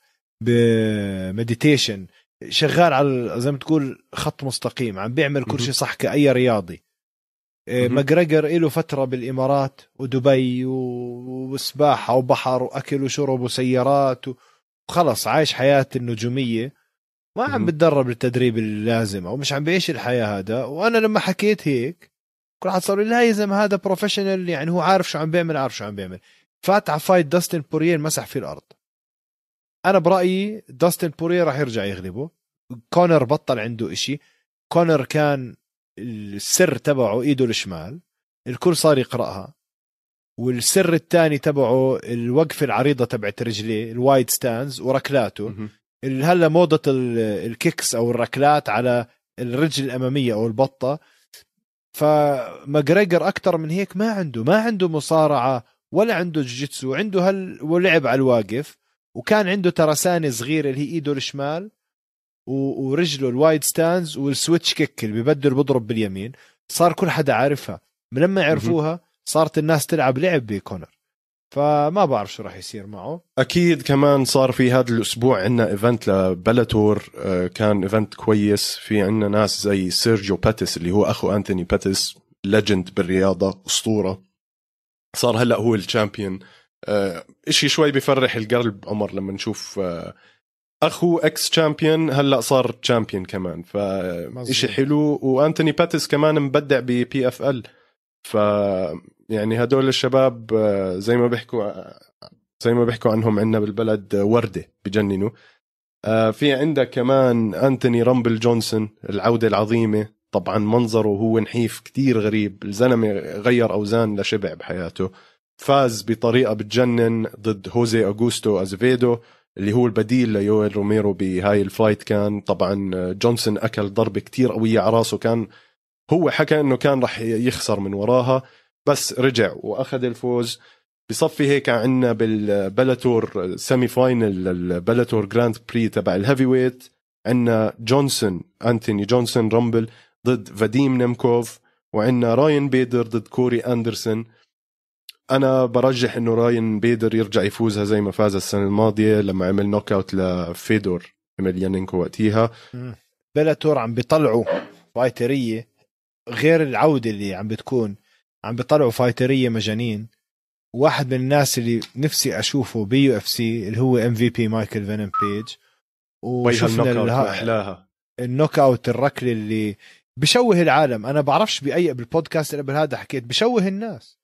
بمديتيشن، شغال على زي ما تقول خط مستقيم، عم بيعمل كل شيء صح كأي رياضي. ماجريجر له فترة بالإمارات ودبي وسباحة وبحر وأكل وشرب وسيارات وخلص عايش حياة النجومية، ما عم بتدرب التدريب اللازم أو مش عم بيعيش الحياة هذا. وأنا لما حكيت هيك كل حد صار لا يا زلمة هذا بروفيشنال يعني، هو عارف شو عم بيعمل. فات على فايت داستن بوريه مسح في الأرض. أنا برأيي داستن بوريه راح يرجع يغلبه. كونر بطل عنده إشي. كونر كان السر تبعه إيده الشمال، الكل صار يقرأها. والسر الثاني تبعه الوقفة العريضة تبعت رجليه، الوايد ستانز وركلاته. هلا موضة الكيكس أو الركلات على الرجل الأمامية أو البطة. فماجريجر أكتر من هيك ما عنده مصارعة ولا عنده جوجيتسو، عنده ولعب على الواقف، وكان عنده ترسانة صغيرة اللي هي إيده الشمال ورجله الوايد ستانز والسويتش كيك اللي بضرب باليمين. صار كل حدا عارفها، من لما يعرفوها صارت الناس تلعب لعب بكونر. فما بعرف شو راح يصير معه. أكيد كمان صار في هذا الأسبوع عنا إيفنت لبلاتور، كان إيفنت كويس. في عنا ناس زي سيرجيو باتيس اللي هو أخو أنتوني باتيس، ليجند بالرياضة، أسطورة، صار هلأ هو الشامبيون. إشي شوي بيفرح القلب عمر لما نشوف أخو إكس شامبيون هلأ صار شامبيون كمان، فإشي حلو. وأنتوني باتيس كمان مبدع ببي اف ال، ف يعني هدول الشباب زي ما بيحكوا عنهم عنا بالبلد وردة بجننوا. في عندك كمان أنتوني رامبل جونسون، العودة العظيمة. طبعا منظره هو نحيف كتير غريب، الزلمة غير أوزان لشبع بحياته. فاز بطريقة بتجنن ضد هوزي أغوستو أزفيدو، اللي هو البديل ليويل روميرو بهاي الفايت. كان طبعا جونسون أكل ضربة كتير قوية على راسه، كان هو حكى إنه كان رح يخسر من وراها، بس رجع وأخذ الفوز. بصفي هيك عنا بالبلاتور سيمي فاينل البلاتور جراند بري تبع الهيفي ويت، عنا أنتوني جونسون رامبل ضد فاديم نيمكوف، وعنا راين بيدر ضد كوري أندرسون. أنا برجح إنه راين بيدر يرجع يفوزها زي ما فاز السنة الماضية لما عمل نوك أوت لفيدور إميليانينكو وقتها. بلاتور عم بيطلعوا فايترية غير العودة اللي عم بتكون، عم بيطلعوا فايترية مجانين. واحد من الناس اللي نفسي أشوفه بي UFC اللي هو MVP مايكل فينم بيج، وشفنا النوك أوت الركل اللي بشوه العالم. أنا بعرفش بأي بالبودكاست اللي قبل هذا حكيت بشوه الناس.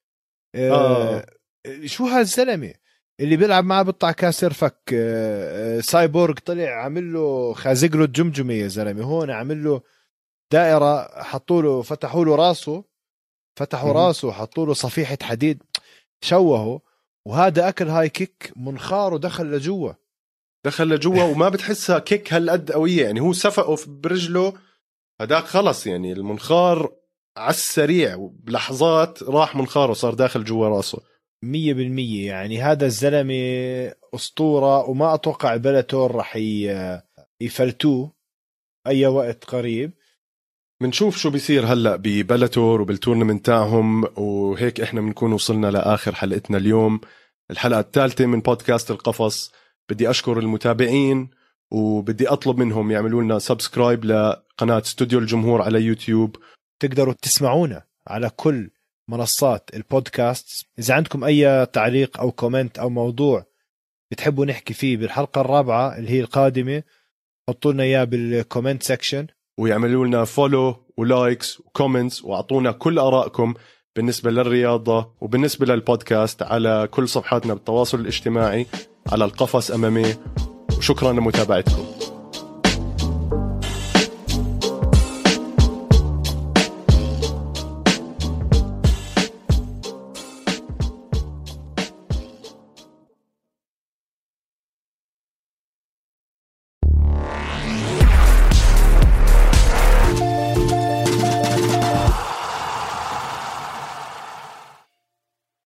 شو هالزلمة اللي بيلعب معه بيطلع كاسر فك. سايبورغ طلع عامل له خازق له الجمجمة يا زلمة، هون عامل له دائرة، حطوا له فتحوا له راسه، فتحوا راسه حطوا له صفيحة حديد، شوهه. وهذا أكل هاي كيك منخار ودخل لجوا، وما بتحسها كيك هالقد قوية يعني. هو سفقه برجله هداك خلص يعني، المنخار على السريع بلحظات راح منخاره صار داخل جوا راسه 100%. يعني هذا الزلمة أسطورة، وما أتوقع بلاتور رح يفلتوه أي وقت قريب. منشوف شو بيصير هلأ ببلاتور وبالتورنمنت تاعهم. وهيك إحنا بنكون وصلنا لآخر حلقتنا اليوم، الحلقة الثالثة من بودكاست القفص. بدي أشكر المتابعين، وبدي أطلب منهم يعملوا لنا سبسكرايب لقناة استوديو الجمهور على يوتيوب. تقدروا تسمعونا على كل منصات البودكاست. إذا عندكم أي تعليق أو كومنت أو موضوع بتحبوا نحكي فيه بالحلقة الرابعة اللي هي القادمة، حطوا لنا إياه بالكومنت سيكشن، ويعملوا لنا فولو ولايكس وكومنتس، وأعطونا كل آرائكم بالنسبة للرياضة وبالنسبة للبودكاست على كل صفحاتنا بالتواصل الاجتماعي على القفص أمامي. وشكرا لمتابعتكم.